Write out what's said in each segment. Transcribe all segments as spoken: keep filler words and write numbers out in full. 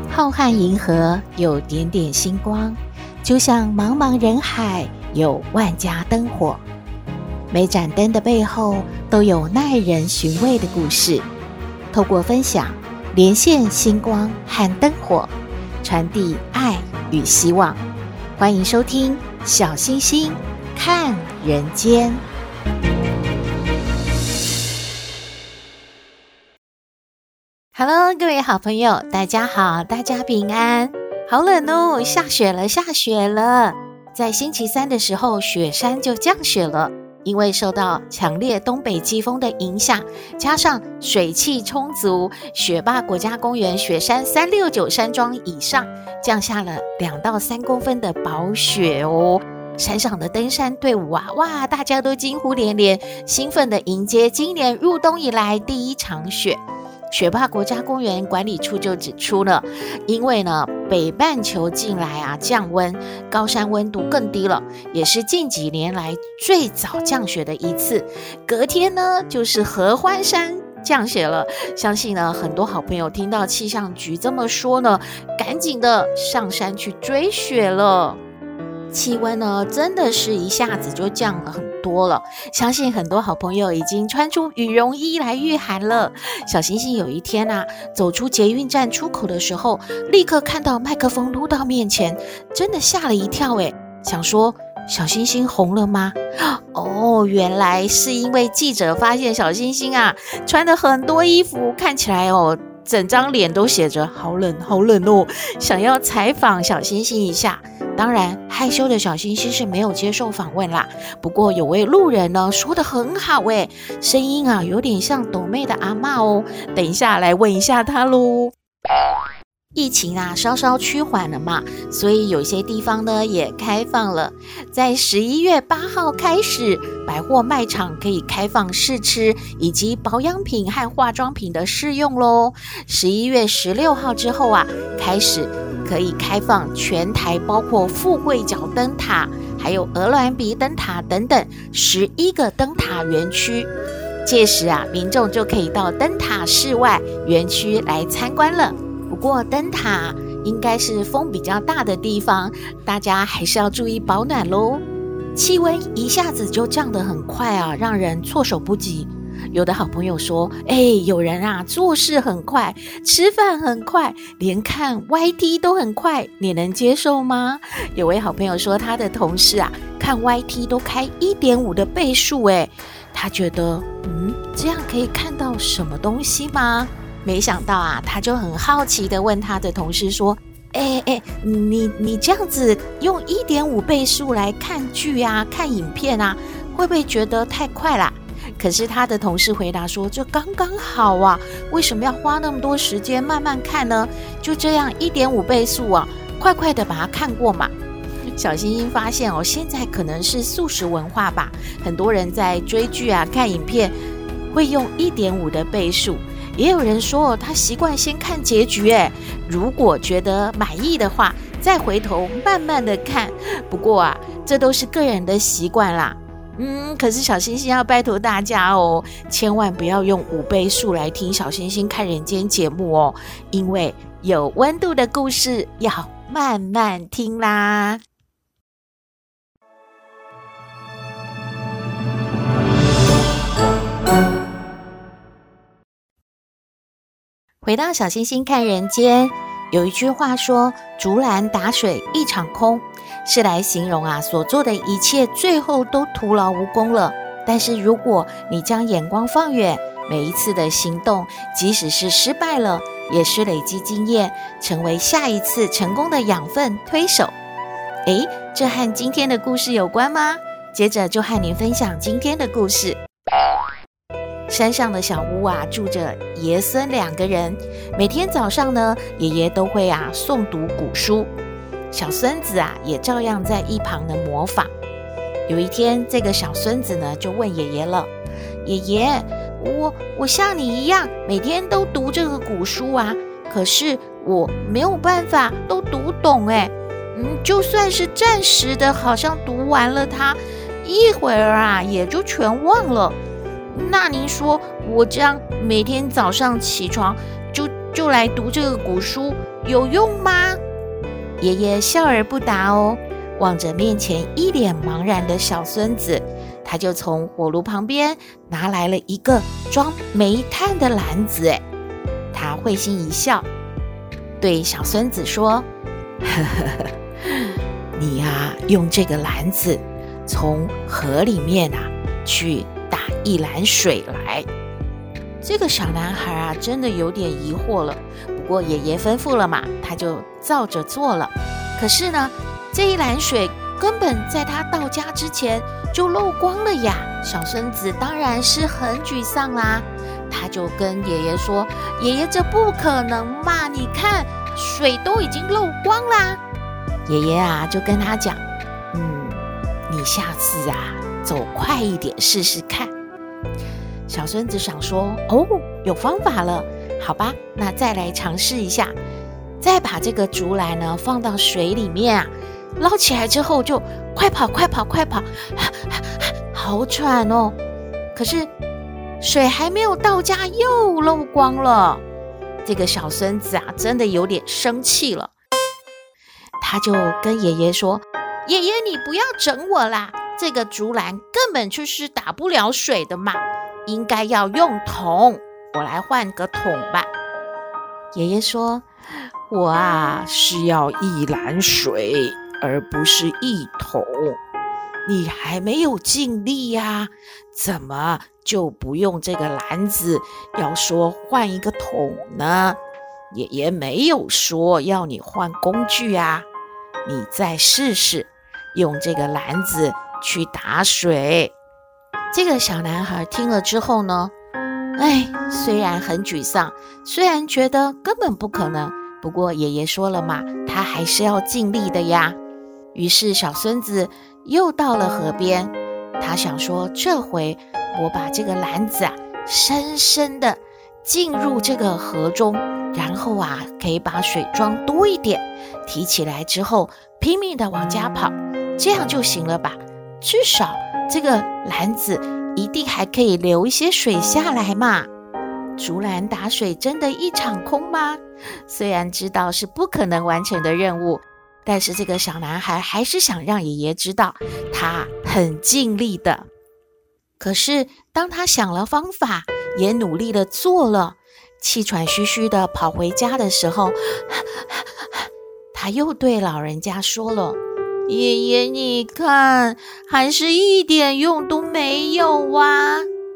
浩瀚银河有点点星光，就像茫茫人海有万家灯火。每盏灯的背后都有耐人寻味的故事。透过分享，连线星光和灯火，传递爱与希望。欢迎收听小星星看人间。Hello， 各位好朋友，大家好，大家平安。好冷哦，下雪了，下雪了。在星期三的时候，雪山就降雪了。因为受到强烈东北季风的影响，加上水汽充足，雪霸国家公园雪山三六九山庄以上降下了两到三公分的薄雪哦。山上的登山队伍啊，哇，大家都惊呼连连，兴奋地迎接今年入冬以来第一场雪。雪霸国家公园管理处就指出了，因为呢北半球近来啊降温，高山温度更低了，也是近几年来最早降雪的一次。隔天呢就是合欢山降雪了，相信呢很多好朋友听到气象局这么说呢，赶紧的上山去追雪了。气温呢真的是一下子就降了很多了，相信很多好朋友已经穿出羽绒衣来御寒了。小星星有一天啊走出捷运站出口的时候，立刻看到麦克风撸到面前，真的吓了一跳诶，想说小星星红了吗？哦，原来是因为记者发现小星星啊穿了很多衣服，看起来哦整张脸都写着好冷好冷哦，想要采访小星星一下。当然害羞的小星星是没有接受访问啦，不过有位路人呢说得很好诶，声音啊有点像斗妹的阿嬷哦，等一下来问一下她咯。疫情啊稍稍趋缓了嘛，所以有些地方呢也开放了。在十一月八号开始，百货卖场可以开放试吃以及保养品和化妆品的试用咯。十一月十六号之后啊，开始可以开放全台包括富贵角灯塔还有鹅銮鼻灯塔等等十一个灯塔园区。届时啊，民众就可以到灯塔室外园区来参观了。不过灯塔应该是风比较大的地方，大家还是要注意保暖咯。气温一下子就降得很快啊，让人措手不及。有的好朋友说，哎，有人啊做事很快，吃饭很快，连看 Y T 都很快，你能接受吗？有位好朋友说，他的同事啊看 Y T 都开 一点五 的倍数，哎，他觉得嗯，这样可以看到什么东西吗？没想到啊，他就很好奇的问他的同事说，哎哎，你你这样子用 一点五 倍数来看剧啊，看影片啊，会不会觉得太快啦？可是他的同事回答说，这刚刚好啊，为什么要花那么多时间慢慢看呢？就这样 一点五 倍速啊，快快的把它看过嘛。小星星发现哦，现在可能是速食文化吧，很多人在追剧啊看影片会用 一点五 的倍数。也有人说他习惯先看结局，诶，如果觉得满意的话再回头慢慢的看。不过啊，这都是个人的习惯啦。嗯，可是小星星要拜托大家哦，千万不要用五倍数来听小星星看人间节目哦，因为有温度的故事要慢慢听啦。回到小星星看人间，有一句话说，竹篮打水一场空，是来形容啊所做的一切最后都徒劳无功了。但是如果你将眼光放远，每一次的行动即使是失败了，也是累积经验，成为下一次成功的养分推手。诶，这和今天的故事有关吗？接着就和您分享今天的故事。山上的小屋啊，住着爷孙两个人。每天早上呢，爷爷都会啊诵读古书，小孙子啊也照样在一旁的模仿。有一天，这个小孙子呢就问爷爷了：“爷爷，我我像你一样，每天都读这个古书啊，可是我没有办法都读懂哎。嗯，就算是暂时的，好像读完了它，一会儿啊也就全忘了。那您说我这样每天早上起床就就来读这个古书，有用吗？爷爷笑而不答哦，望着面前一脸茫然的小孙子，他就从火炉旁边拿来了一个装煤炭的篮子。诶，他会心一笑，对小孙子说：呵呵呵，你呀、啊，用这个篮子从河里面啊去打一篮水来。这个小男孩啊，真的有点疑惑了。不过爷爷吩咐了嘛，他就照着做了。可是呢，这一篮水根本在他到家之前就漏光了呀。小孙子当然是很沮丧啦。他就跟爷爷说：“爷爷，这不可能嘛！你看，水都已经漏光啦。”爷爷啊，就跟他讲：“嗯，你下次啊，走快一点试试看。”小孙子想说：“哦，有方法了，好吧，那再来尝试一下。”再把这个竹篮呢放到水里面啊，捞起来之后就快跑快跑快跑，好喘哦。可是水还没有到家又漏光了。这个小孙子啊，真的有点生气了。他就跟爷爷说：“爷爷，你不要整我啦，这个竹篮根本就是打不了水的嘛，应该要用桶，我来换个桶吧。”爷爷说：“我啊是要一篮水，而不是一桶。你还没有尽力呀，怎么就不用这个篮子，要说换一个桶呢？爷爷没有说要你换工具啊，你再试试，用这个篮子去打水。”这个小男孩听了之后呢，哎，虽然很沮丧，虽然觉得根本不可能，不过爷爷说了嘛，他还是要尽力的呀。于是小孙子又到了河边，他想说，这回我把这个篮子啊深深的进入这个河中，然后啊可以把水装多一点，提起来之后拼命的往家跑，这样就行了吧？至少这个篮子一定还可以流一些水下来嘛。竹篮打水真的一场空吗？虽然知道是不可能完成的任务，但是这个小男孩还是想让爷爷知道他很尽力的。可是当他想了方法，也努力的做了，气喘吁吁的跑回家的时候，他又对老人家说了：“爷爷，你看，还是一点用都没有啊。”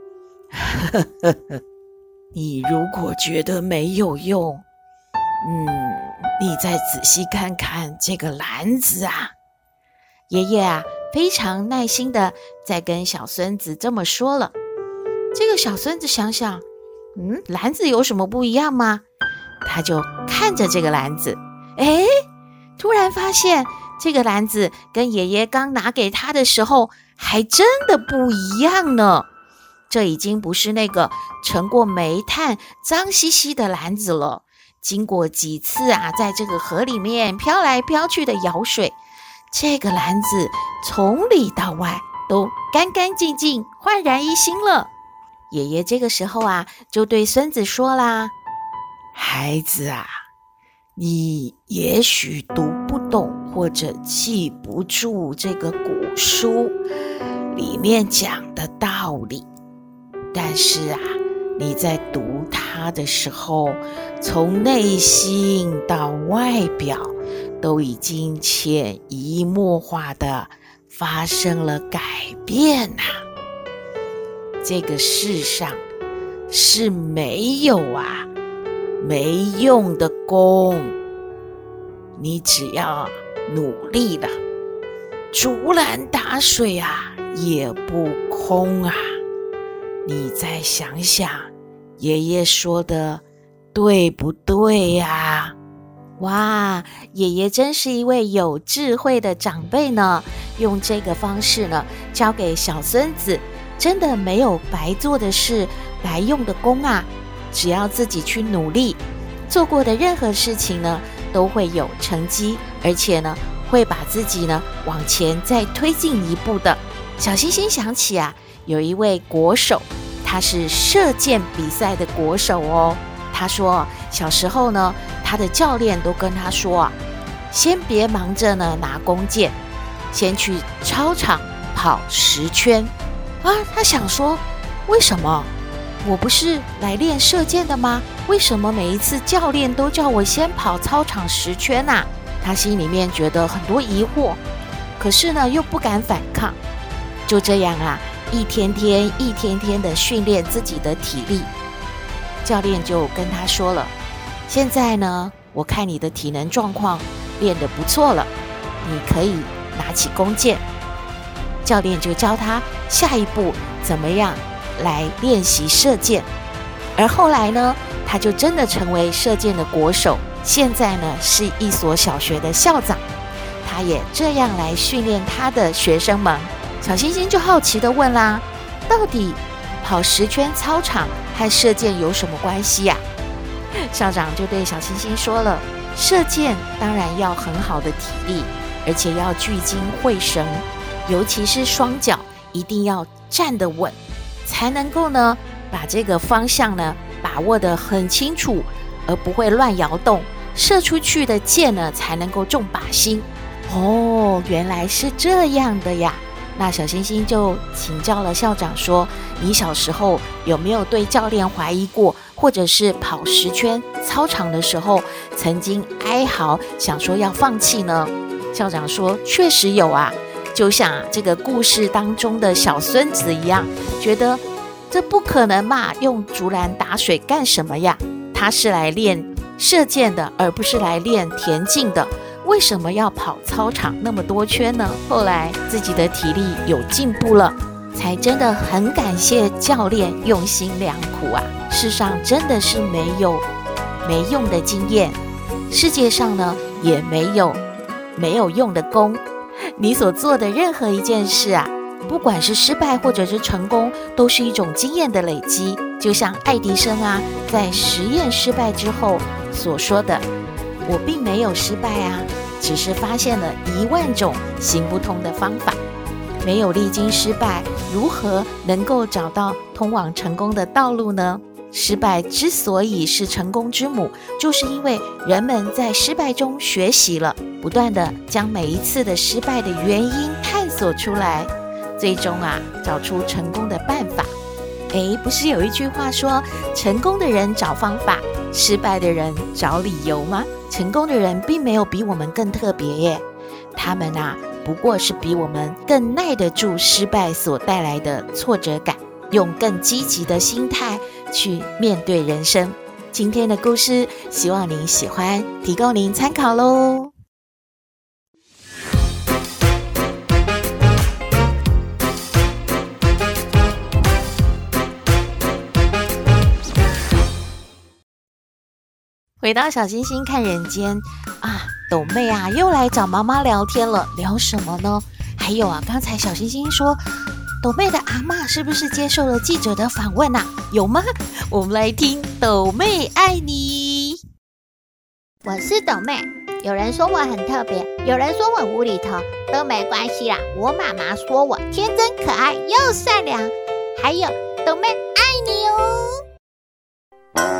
你如果觉得没有用，嗯，你再仔细看看这个篮子啊。爷爷啊，非常耐心的在跟小孙子这么说了。这个小孙子想想，嗯，篮子有什么不一样吗？他就看着这个篮子，诶，突然发现这个篮子跟爷爷刚拿给他的时候还真的不一样呢。这已经不是那个盛过煤炭脏兮兮的篮子了，经过几次啊在这个河里面飘来飘去的舀水，这个篮子从里到外都干干净净，焕然一新了。爷爷这个时候啊就对孙子说啦：“孩子啊，你也许读不懂或者记不住这个古书里面讲的道理，但是啊，你在读它的时候，从内心到外表都已经潜移默化的发生了改变啊。这个世上是没有啊没用的功，你只要努力了，竹篮打水啊也不空啊。你再想想，爷爷说的对不对呀？”哇，爷爷真是一位有智慧的长辈呢，用这个方式呢教给小孙子，真的没有白做的事，白用的功啊。只要自己去努力，做过的任何事情呢都会有成绩，而且呢会把自己呢往前再推进一步的。小星星想起啊，有一位国手，他是射箭比赛的国手哦。他说， 小时候呢，他的教练都跟他说啊，先别忙着呢拿弓箭，先去操场跑十圈啊。他想说，为什么？我不是来练射箭的吗？为什么每一次教练都叫我先跑操场十圈啊？他心里面觉得很多疑惑，可是呢又不敢反抗。就这样啊，一天天一天天的训练自己的体力。教练就跟他说了，现在呢，我看你的体能状况练得不错了，你可以拿起弓箭。教练就教他下一步怎么样来练习射箭。而后来呢，他就真的成为射箭的国手，现在呢是一所小学的校长。他也这样来训练他的学生们。小星星就好奇地问啦，到底跑十圈操场和射箭有什么关系呀？校长就对小星星说了，射箭当然要很好的体力，而且要聚精会神，尤其是双脚一定要站得稳，才能够呢把这个方向呢把握得很清楚，而不会乱摇动，射出去的箭呢才能够中靶心。哦，原来是这样的呀。那小星星就请教了校长说，你小时候有没有对教练怀疑过，或者是跑十圈操场的时候曾经哀嚎想说要放弃呢？校长说确实有啊，就像这个故事当中的小孙子一样，觉得这不可能嘛，用竹篮打水干什么呀？他是来练射箭的，而不是来练田径的，为什么要跑操场那么多圈呢？后来自己的体力有进步了，才真的很感谢教练用心良苦啊。世上真的是没有没用的经验，世界上呢也没有没有用的功。你所做的任何一件事啊，不管是失败或者是成功，都是一种经验的累积。就像爱迪生啊，在实验失败之后所说的，我并没有失败啊，只是发现了一万种行不通的方法。没有历经失败，如何能够找到通往成功的道路呢？失败之所以是成功之母，就是因为人们在失败中学习了，不断的将每一次的失败的原因探索出来，最终啊，找出成功的办法。诶，不是有一句话说，成功的人找方法，失败的人找理由吗？成功的人并没有比我们更特别耶，他们啊，不过是比我们更耐得住失败所带来的挫折感，用更积极的心态去面对人生。今天的故事希望您喜欢，提供您参考咯。回到小星星看人间啊，斗妹啊又来找妈妈聊天了，聊什么呢？还有啊，刚才小星星说斗妹的阿嬷是不是接受了记者的访问啊？有吗？我们来听斗妹爱你。 我是斗妹，有人说我很特别，有人说我无厘头，都没关系啦。我妈妈说我天真可爱又善良，还有斗妹爱你哦。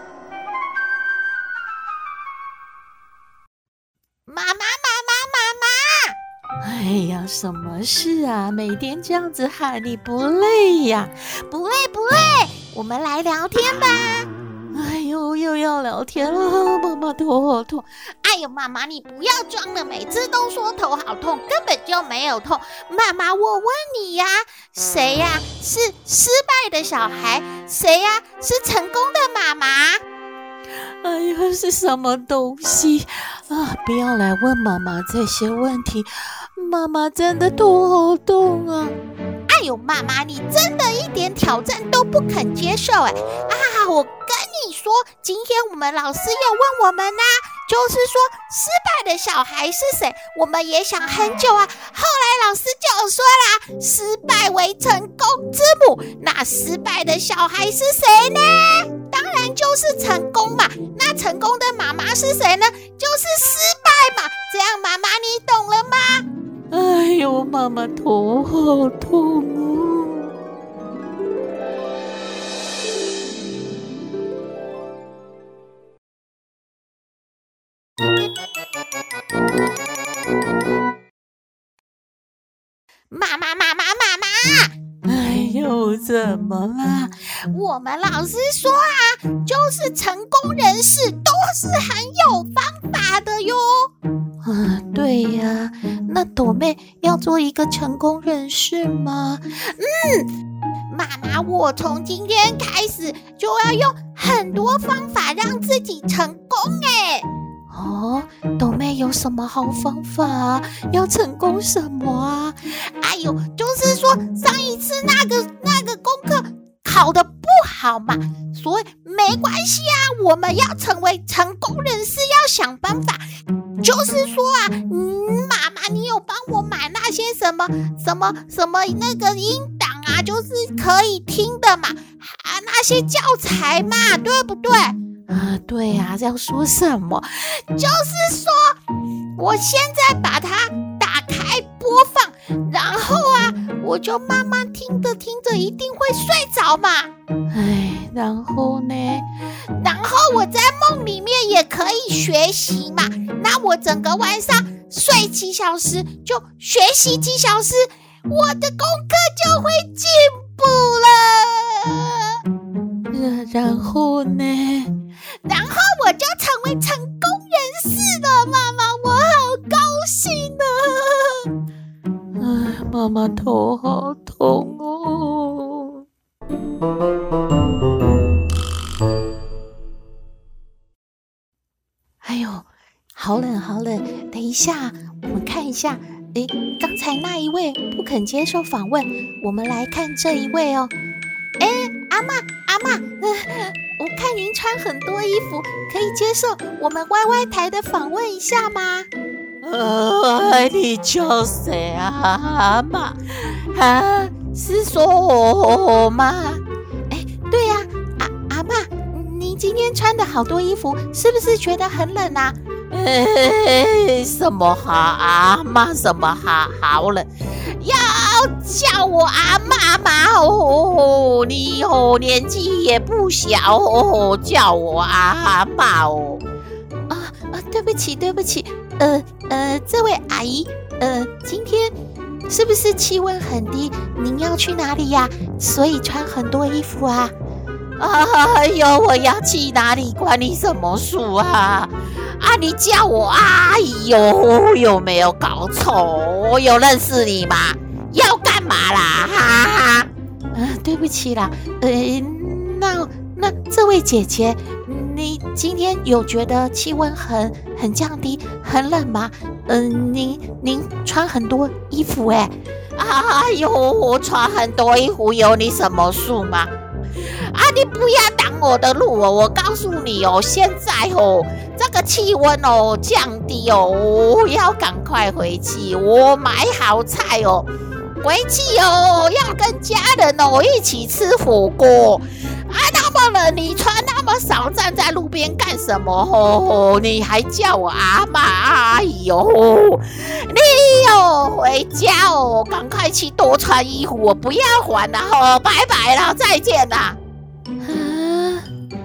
妈妈，妈妈，妈妈！ 哎呀，什么事啊？每天这样子喊你不累呀？ 不累不累，我们来聊天吧。 哎呦，又要聊天了，妈妈头好痛。 哎呦，妈妈你不要装了，每次都说头好痛，根本就没有痛。妈妈，我问你呀，谁呀是失败的小孩？谁呀是成功的妈妈？ 哎呀，是什么东西啊？不要来问妈妈这些问题，妈妈真的头好痛啊！ 哎呦，妈妈，你真的一点挑战都不肯接受哎！啊，我跟你说，今天我们老师有问我们啊，就是说失败的小孩是谁？我们也想很久啊，后来老师就说啦，失败为成功之母。那失败的小孩是谁呢？当然就是成功嘛。那成功的妈妈是谁呢？就是失败嘛。这样妈妈你懂了吗？ 哎呦，妈妈头好痛哦。 妈妈妈妈妈妈， 哎呦，怎么啦？ 我们老师说啊，就是成功人士都是很有方法的哟。 啊，对呀，那朵妹要做一个成功人士吗？ 嗯，妈妈，我从今天开始就要用很多方法让自己成功哎。 哦，朵妹有什么好方法啊？要成功什么啊？ 哎呦，就是说上一次那个那个功课考得不好嘛，所以没关系啊，我们要成为成功人士，要想办法。就是说啊，嗯，妈妈，你有帮我买那些什么什么什么那个音档啊，就是可以听的嘛，啊，那些教材嘛，对不对？ 啊，对呀，要说什么？ 就是说，我现在把它打开播放，然后啊，我就慢慢听着听着，一定会睡着嘛。 哎，然后呢？ 然后我在梦里面也可以学习嘛。那我整个晚上睡几小时，就学习几小时，我的功课就会进步了。 呃、然后呢？ 然后我就成为成功人士了，妈妈，我好高兴啊！ 哎，妈妈头好痛哦。哎呦，好冷好冷！等一下，我们看一下，诶，刚才那一位不肯接受访问，我们来看这一位哦。 诶，阿嬷阿嬷，呃我看您穿很多衣服，可以接受我们 Y Y 台的访问一下吗？ 呃，你叫谁啊，阿嬷？啊，是说我吗？ 哎，对呀、啊，阿阿嬷，你今天穿的好多衣服，是不是觉得很冷啊？ 哎，什么好阿嬷？什么好好冷？ 要叫我阿嬷嘛哦， 你哦年纪也不小哦，叫我阿嬷哦。 啊啊，对不起对不起，呃呃，这位阿姨，呃，今天是不是气温很低？您要去哪里呀？所以穿很多衣服啊？ 哎呦，我要去哪里关你什么事啊？啊，你叫我阿姨哟，有没有搞错？我有认识你吗？要干嘛啦？哈哈！ 呃，对不起啦，呃，那那这位姐姐，你今天有觉得气温很很降低，很冷吗？嗯、呃，您您穿很多衣服哎、 欸，哎呦，我穿很多衣服有你什么事吗？啊，你不要挡我的路哦！我告诉你哦，现在哦，这个气温哦降低哦，我要赶快回去，我买好菜哦，回去哦要跟家人哦一起吃火锅。啊，那么冷，你穿那么少，站在路边干什么？哦，你还叫我阿嬷阿姨哦！你哦回家哦，赶快去多穿衣服，我不要还了哦，拜拜了，再见啦。 啊！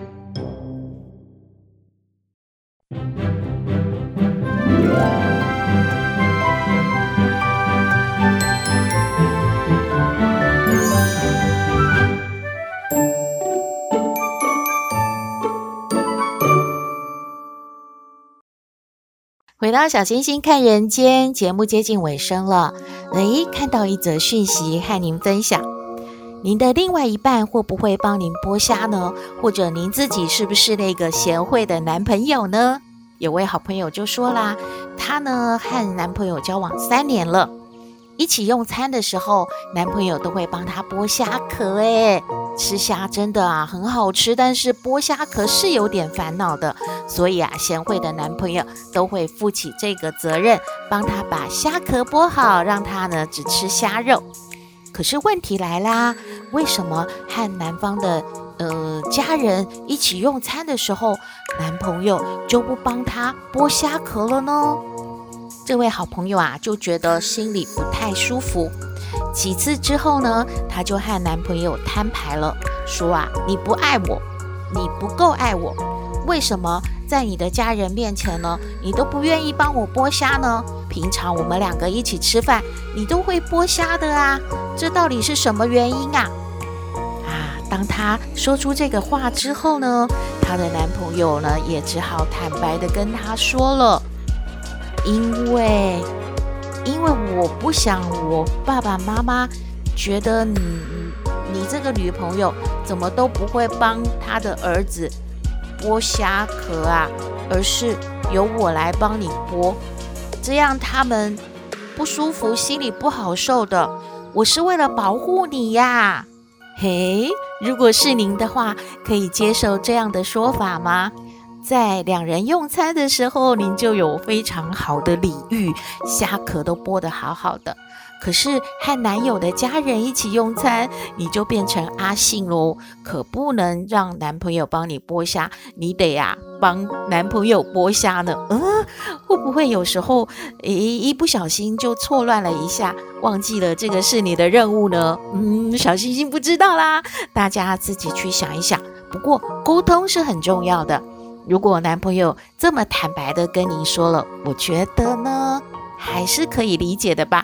回到小星星看人间，节目接近尾声了。诶，看到一则讯息和您分享，您的另外一半会不会帮您剥虾呢？或者您自己是不是那个贤惠的男朋友呢？有位好朋友就说啦，她呢和男朋友交往三年了，一起用餐的时候，男朋友都会帮她剥虾壳。诶，吃虾真的啊很好吃，但是剥虾壳是有点烦恼的，所以啊贤惠的男朋友都会负起这个责任，帮她把虾壳剥好，让她呢只吃虾肉。可是问题来啦，为什么和男方的呃家人一起用餐的时候，男朋友就不帮她剥虾壳了呢？这位好朋友啊就觉得心里不太舒服。几次之后呢，她就和男朋友摊牌了，说啊，你不爱我，你不够爱我，为什么在你的家人面前呢，你都不愿意帮我剥虾呢？平常我们两个一起吃饭，你都会剥虾的啊，这到底是什么原因啊？啊，当她说出这个话之后呢，她的男朋友呢也只好坦白的跟她说了，因为因为我不想我爸爸妈妈觉得你你这个女朋友怎么都不会帮他的儿子剥虾壳啊，而是由我来帮你剥，这样他们不舒服，心里不好受的。我是为了保护你呀。嘿，如果是您的话，可以接受这样的说法吗？在两人用餐的时候，您就有非常好的礼遇，虾壳都剥得好好的。可是和男友的家人一起用餐，你就变成阿信咯，可不能让男朋友帮你剥虾，你得啊帮男朋友剥虾呢。嗯，会不会有时候诶一不小心就错乱了一下，忘记了这个是你的任务呢？嗯，小星星不知道啦，大家自己去想一想。不过沟通是很重要的，如果男朋友这么坦白的跟您说了，我觉得呢还是可以理解的吧。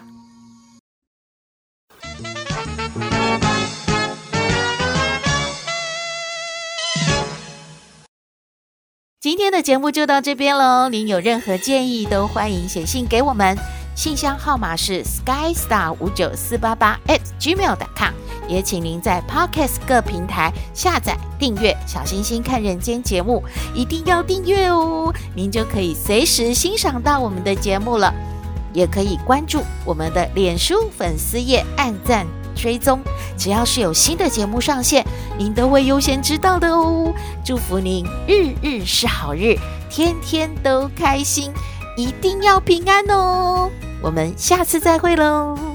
今天的节目就到这边咯，您有任何建议都欢迎写信给我们，信箱号码是 skystar 五九四八八 at gmail dot com， 也请您在 Podcast 各平台下载订阅小星星看人间节目，一定要订阅哦，您就可以随时欣赏到我们的节目了。也可以关注我们的脸书粉丝页，按赞追踪，只要是有新的节目上线，您都会优先知道的哦。祝福您日日是好日，天天都开心，一定要平安哦。我们下次再会喽。